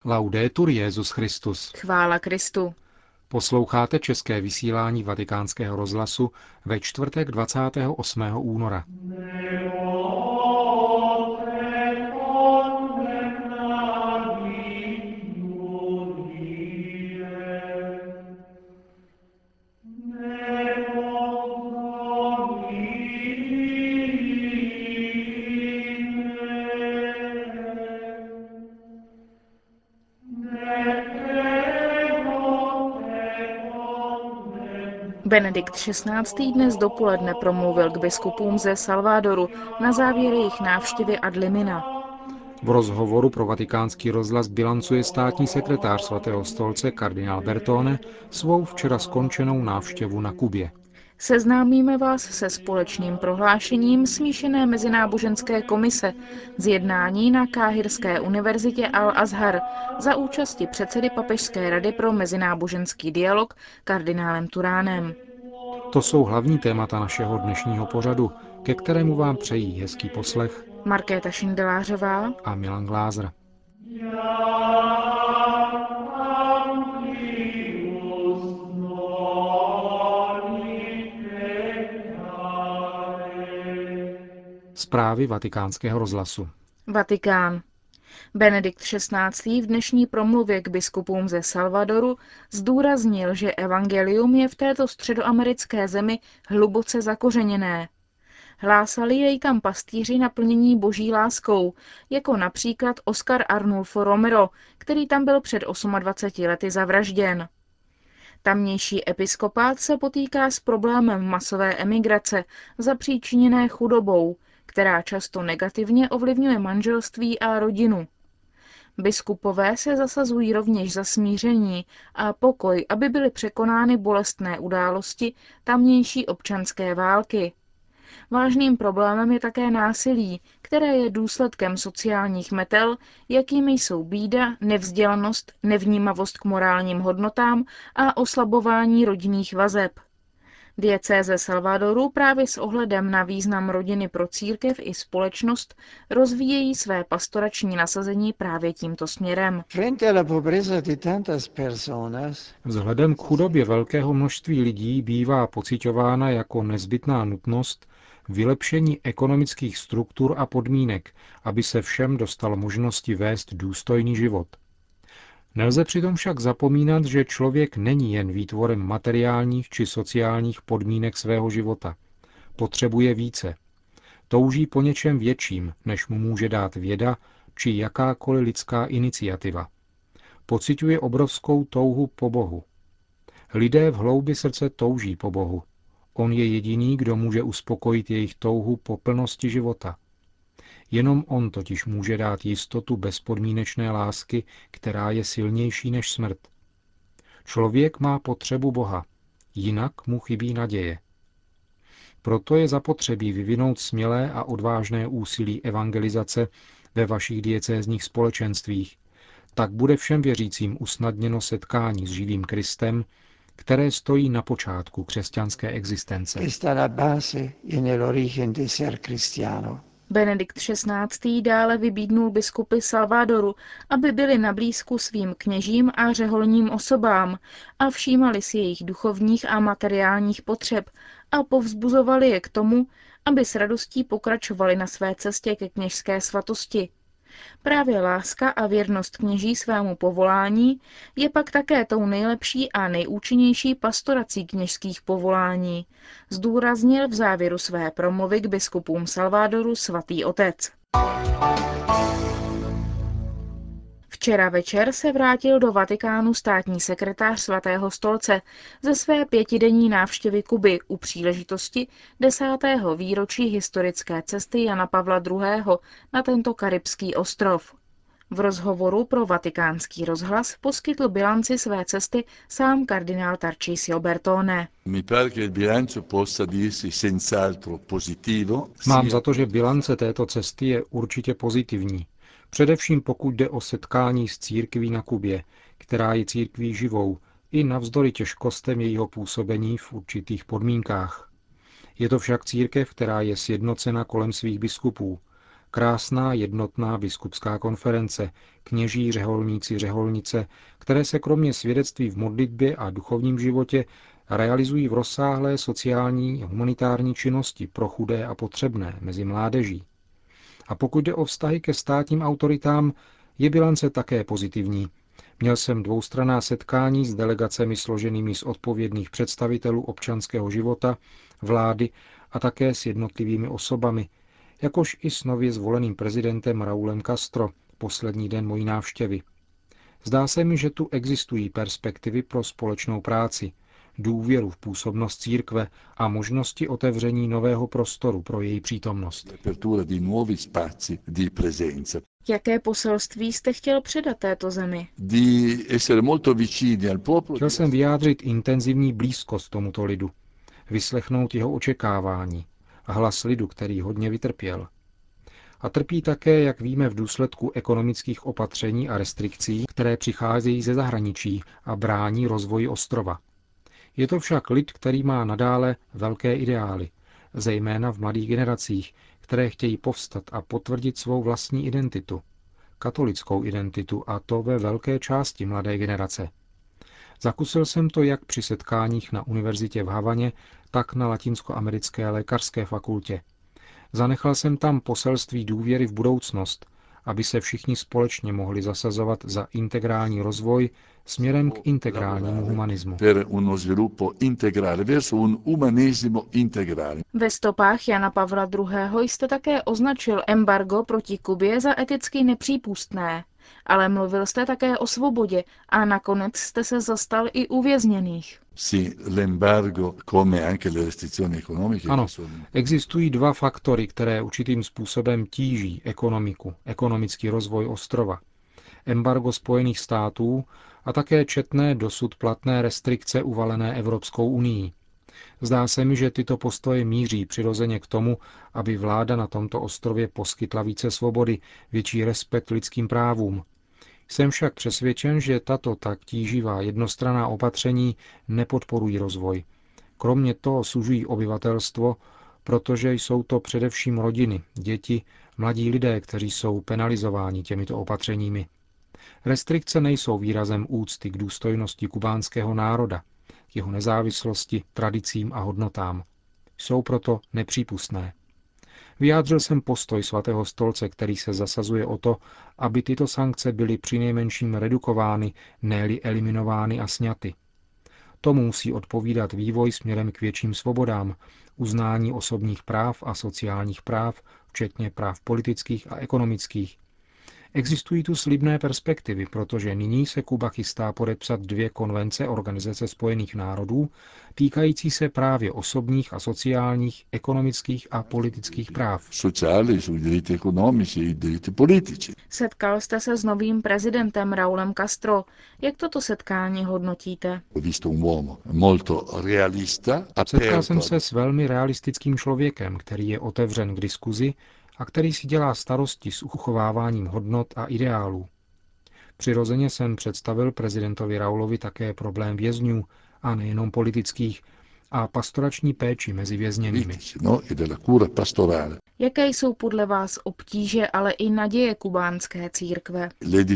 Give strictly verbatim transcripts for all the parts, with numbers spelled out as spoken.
Laudetur Jesus Christus. Chvála Kristu. Posloucháte české vysílání Vatikánského rozhlasu ve čtvrtek dvacátého osmého února. Benedikt šestnáctý. dnes dopoledne promluvil k biskupům ze Salvadoru na závěr jejich návštěvy ad limina. V rozhovoru pro Vatikánský rozhlas bilancuje státní sekretář svatého stolce kardinál Bertone svou včera skončenou návštěvu na Kubě. Seznámíme vás se společným prohlášením smíšené mezináboženské komise z jednání na Káhirské univerzitě Al-Azhar za účasti předsedy Papežské rady pro mezináboženský dialog kardinálem Turánem. To jsou hlavní témata našeho dnešního pořadu, ke kterému vám přejí hezký poslech Markéta Šindelářová a Milan Glázer. Zprávy Vatikánského rozhlasu. Vatikán. Benedikt šestnáctý. v dnešní promluvě k biskupům ze Salvadoru zdůraznil, že evangelium je v této středoamerické zemi hluboce zakořeněné. Hlásali jej tam pastýři naplnění boží láskou, jako například Oscar Arnulfo Romero, který tam byl před dvaceti osmi lety zavražděn. Tamnější episkopát se potýká s problémem masové emigrace zapříčiněné chudobou, která často negativně ovlivňuje manželství a rodinu. Biskupové se zasazují rovněž za smíření a pokoj, aby byly překonány bolestné události tamnější občanské války. Vážným problémem je také násilí, které je důsledkem sociálních metel, jakými jsou bída, nevzdělanost, nevnímavost k morálním hodnotám a oslabování rodinných vazeb. Diecéze Salvadoru právě s ohledem na význam rodiny pro církev i společnost rozvíjejí své pastorační nasazení právě tímto směrem. Vzhledem k chudobě velkého množství lidí bývá pociťována jako nezbytná nutnost vylepšení ekonomických struktur a podmínek, aby se všem dostalo možnosti vést důstojný život. Nelze přitom však zapomínat, že člověk není jen výtvorem materiálních či sociálních podmínek svého života. Potřebuje více. Touží po něčem větším, než mu může dát věda či jakákoliv lidská iniciativa. Pociťuje obrovskou touhu po Bohu. Lidé v hloubi srdce touží po Bohu. On je jediný, kdo může uspokojit jejich touhu po plnosti života. Jenom on totiž může dát jistotu bezpodmínečné lásky, která je silnější než smrt. Člověk má potřebu Boha, jinak mu chybí naděje. Proto je zapotřebí vyvinout smělé a odvážné úsilí evangelizace ve vašich diecézních společenstvích, tak bude všem věřícím usnadněno setkání s živým Kristem, které stojí na počátku křesťanské existence. Benedikt šestnáctý. dále vybídnul biskupy Salvadoru, aby byli nablízku svým kněžím a řeholním osobám a všímali si jejich duchovních a materiálních potřeb a povzbuzovali je k tomu, aby s radostí pokračovali na své cestě ke kněžské svatosti. Právě láska a věrnost kněží svému povolání je pak také tou nejlepší a nejúčinnější pastorací kněžských povolání, zdůraznil v závěru své promluvy k biskupům Salvadoru svatý otec. Včera večer se vrátil do Vatikánu státní sekretář svatého stolce ze své pětidenní návštěvy Kuby u příležitosti desátého výročí historické cesty Jana Pavla druhého. na tento karibský ostrov. V rozhovoru pro Vatikánský rozhlas poskytl bilanci své cesty sám kardinál Tarcisio Bertone. Mám za to, že bilance této cesty je určitě pozitivní. Především pokud jde o setkání s církví na Kubě, která je církví živou, i navzdory těžkostem jejího působení v určitých podmínkách. Je to však církev, která je sjednocena kolem svých biskupů. Krásná jednotná biskupská konference, kněží, řeholníci, řeholnice, které se kromě svědectví v modlitbě a duchovním životě realizují v rozsáhlé sociální humanitární činnosti pro chudé a potřebné mezi mládeží. A pokud jde o vztahy ke státním autoritám, je bilance také pozitivní. Měl jsem dvoustranná setkání s delegacemi složenými z odpovědných představitelů občanského života, vlády a také s jednotlivými osobami, jakož i s nově zvoleným prezidentem Raúlem Castro, poslední den mojí návštěvy. Zdá se mi, že tu existují perspektivy pro společnou práci, důvěru v působnost církve a možnosti otevření nového prostoru pro její přítomnost. Jaké poselství jste chtěl předat této zemi? Chtěl jsem vyjádřit intenzivní blízkost tomuto lidu, vyslechnout jeho očekávání a hlas lidu, který hodně vytrpěl. A trpí také, jak víme, v důsledku ekonomických opatření a restrikcí, které přicházejí ze zahraničí a brání rozvoji ostrova. Je to však lid, který má nadále velké ideály, zejména v mladých generacích, které chtějí povstat a potvrdit svou vlastní identitu, katolickou identitu, a to ve velké části mladé generace. Zakusil jsem to jak při setkáních na univerzitě v Havaně, tak na Latinskoamerické lékařské fakultě. Zanechal jsem tam poselství důvěry v budoucnost, aby se všichni společně mohli zasazovat za integrální rozvoj směrem k integrálnímu humanismu. Ve stopách Jana Pavla druhého. jste také označil embargo proti Kubě za eticky nepřípustné, ale mluvil jste také o svobodě a nakonec jste se zastal i uvězněných. Ano, existují dva faktory, které určitým způsobem tíží ekonomiku, ekonomický rozvoj ostrova. Embargo Spojených států a také četné dosud platné restrikce uvalené Evropskou unií. Zdá se mi, že tyto postoje míří přirozeně k tomu, aby vláda na tomto ostrově poskytla více svobody, větší respekt lidským právům. Jsem však přesvědčen, že tato tak tíživá jednostranná opatření nepodporují rozvoj. Kromě toho sužují obyvatelstvo, protože jsou to především rodiny, děti, mladí lidé, kteří jsou penalizováni těmito opatřeními. Restrikce nejsou výrazem úcty k důstojnosti kubánského národa, k jeho nezávislosti, tradicím a hodnotám. Jsou proto nepřípustné. Vyjádřil jsem postoj svatého stolce, který se zasazuje o to, aby tyto sankce byly přinejmenším redukovány, ne-li eliminovány a sňaty. To musí odpovídat vývoj směrem k větším svobodám, uznání osobních práv a sociálních práv, včetně práv politických a ekonomických. Existují tu slibné perspektivy, protože nyní se Kuba chystá podepsat dvě konvence Organizace spojených národů, týkající se právě osobních a sociálních, ekonomických a politických práv. Setkal jste se s novým prezidentem Raúlem Castro. Jak toto setkání hodnotíte? Setkal jsem se s velmi realistickým člověkem, který je otevřen k diskuzi a který si dělá starosti s uchováváním hodnot a ideálů. Přirozeně jsem představil prezidentovi Raúlovi také problém vězňů, a nejenom politických, a pastorační péči mezi vězněnými. Jaké jsou podle vás obtíže, ale i naděje kubánské církve?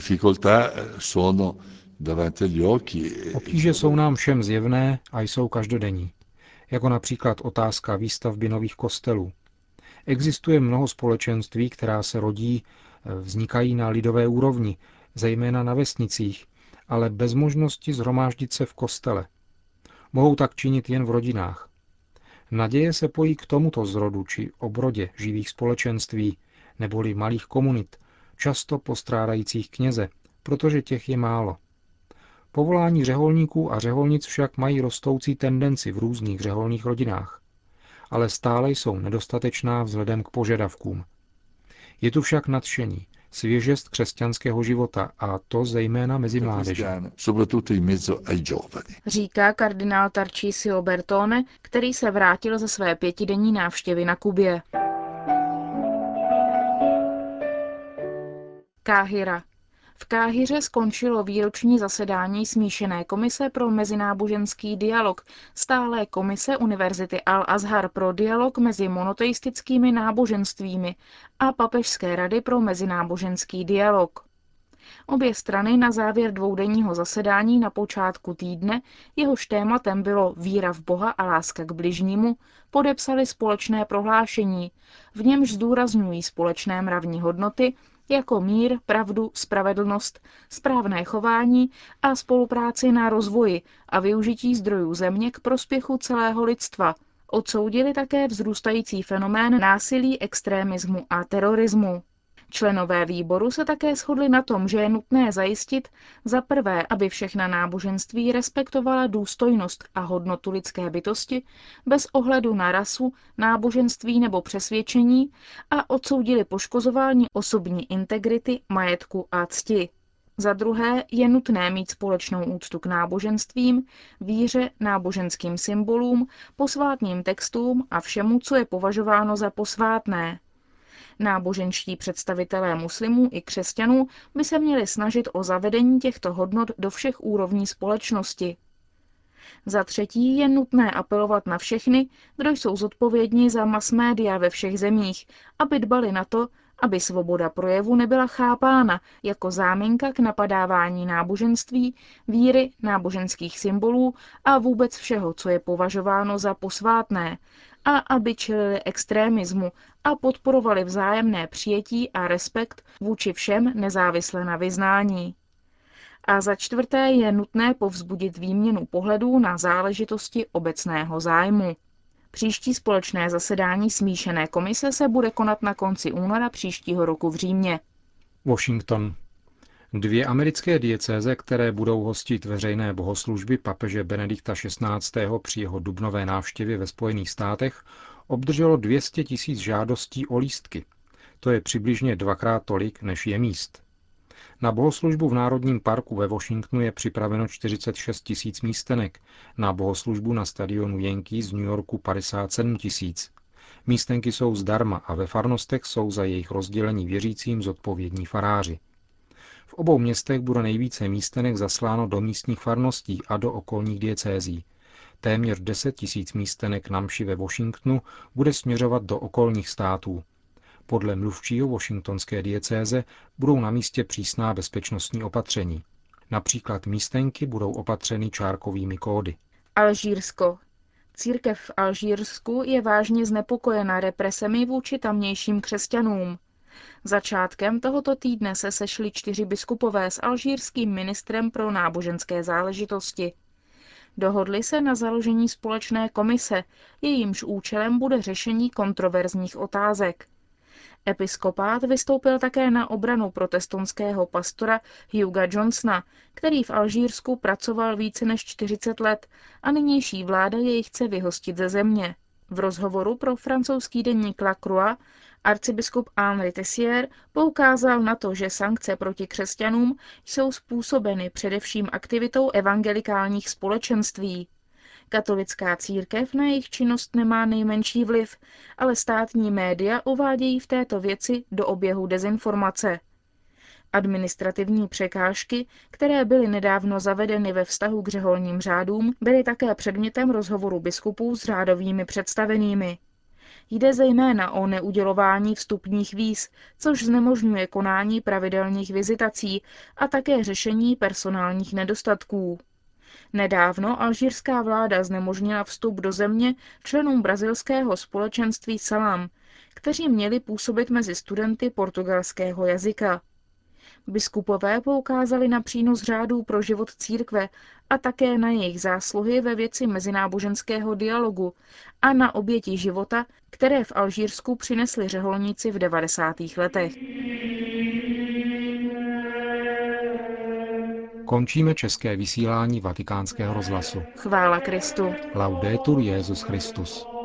Obtíže jsou nám všem zjevné a jsou každodenní, jako například otázka výstavby nových kostelů. Existuje mnoho společenství, která se rodí, vznikají na lidové úrovni, zejména na vesnicích, ale bez možnosti shromáždit se v kostele. Mohou tak činit jen v rodinách. Naděje se pojí k tomuto zrodu či obrodě živých společenství, neboli malých komunit, často postrádajících kněze, protože těch je málo. Povolání řeholníků a řeholnic však mají rostoucí tendenci v různých řeholních rodinách, ale stále jsou nedostatečná vzhledem k požadavkům. Je tu však nadšení, svěžest křesťanského života, a to zejména mezi mládeží. Říká kardinál Tarcísio Bertone, který se vrátil ze své pětidenní návštěvy na Kubě. Káhira. V Káhiře skončilo výroční zasedání smíšené komise pro mezináboženský dialog, stálé komise Univerzity Al-Azhar pro dialog mezi monoteistickými náboženstvími a Papežské rady pro mezináboženský dialog. Obě strany na závěr dvoudenního zasedání na počátku týdne, jehož tématem bylo víra v Boha a láska k bližnímu, podepsali společné prohlášení, v němž zdůrazňují společné mravní hodnoty jako mír, pravdu, spravedlnost, správné chování a spolupráci na rozvoji a využití zdrojů země k prospěchu celého lidstva. Odsoudili také vzrůstající fenomén násilí, extrémismu a terorismu. Členové výboru se také shodli na tom, že je nutné zajistit za prvé, aby všechna náboženství respektovala důstojnost a hodnotu lidské bytosti bez ohledu na rasu, náboženství nebo přesvědčení a odsoudili poškozování osobní integrity, majetku a cti. Za druhé je nutné mít společnou úctu k náboženstvím, víře, náboženským symbolům, posvátným textům a všemu, co je považováno za posvátné. Náboženští představitelé muslimů i křesťanů by se měli snažit o zavedení těchto hodnot do všech úrovní společnosti. Za třetí je nutné apelovat na všechny, kdo jsou zodpovědní za mass média ve všech zemích, aby dbali na to, aby svoboda projevu nebyla chápána jako záminka k napadávání náboženství, víry, náboženských symbolů a vůbec všeho, co je považováno za posvátné, a aby čelili extrémismu a podporovali vzájemné přijetí a respekt vůči všem nezávisle na vyznání. A za čtvrté je nutné povzbudit výměnu pohledů na záležitosti obecného zájmu. Příští společné zasedání smíšené komise se bude konat na konci února příštího roku v Římě. Washington. Dvě americké diecéze, které budou hostit veřejné bohoslužby papeže Benedikta šestnáctého. Při jeho dubnové návštěvě ve Spojených státech, obdrželo dvě stě tisíc žádostí o lístky. To je přibližně dvakrát tolik, než je míst. Na bohoslužbu v Národním parku ve Washingtonu je připraveno čtyřicet šest tisíc místenek, na bohoslužbu na stadionu Yankees z New Yorku padesát sedm tisíc. Místenky jsou zdarma a ve farnostech jsou za jejich rozdělení věřícím zodpovědní faráři. V obou městech bude nejvíce místenek zasláno do místních farností a do okolních diecézí. Téměř deset tisíc místenek na mši ve Washingtonu bude směřovat do okolních států. Podle mluvčího washingtonské diecéze budou na místě přísná bezpečnostní opatření. Například místenky budou opatřeny čárkovými kódy. Alžírsko. Církev v Alžírsku je vážně znepokojena represemi vůči tamnějším křesťanům. Začátkem tohoto týdne se sešli čtyři biskupové s alžírským ministrem pro náboženské záležitosti. Dohodli se na založení společné komise, jejímž účelem bude řešení kontroverzních otázek. Episkopát vystoupil také na obranu protestantského pastora Huga Johnsona, který v Alžírsku pracoval více než čtyřicet let a nynější vláda jej chce vyhostit ze země. V rozhovoru pro francouzský deník La Croix arcibiskup Henri Tessier poukázal na to, že sankce proti křesťanům jsou způsobeny především aktivitou evangelikálních společenství. Katolická církev na jejich činnost nemá nejmenší vliv, ale státní média uvádějí v této věci do oběhu dezinformace. Administrativní překážky, které byly nedávno zavedeny ve vztahu k řeholním řádům, byly také předmětem rozhovoru biskupů s řádovými představenými. Jde zejména o neudělování vstupních víz, což znemožňuje konání pravidelných vizitací a také řešení personálních nedostatků. Nedávno alžírská vláda znemožnila vstup do země členům brazilského společenství Salam, kteří měli působit mezi studenty portugalského jazyka. Biskupové poukázali na přínos řádů pro život církve a také na jejich zásluhy ve věci mezináboženského dialogu a na oběti života, které v Alžírsku přinesli řeholníci v devadesátých letech. Končíme české vysílání Vatikánského rozhlasu. Chvála Kristu. Laudetur Jesus Christus.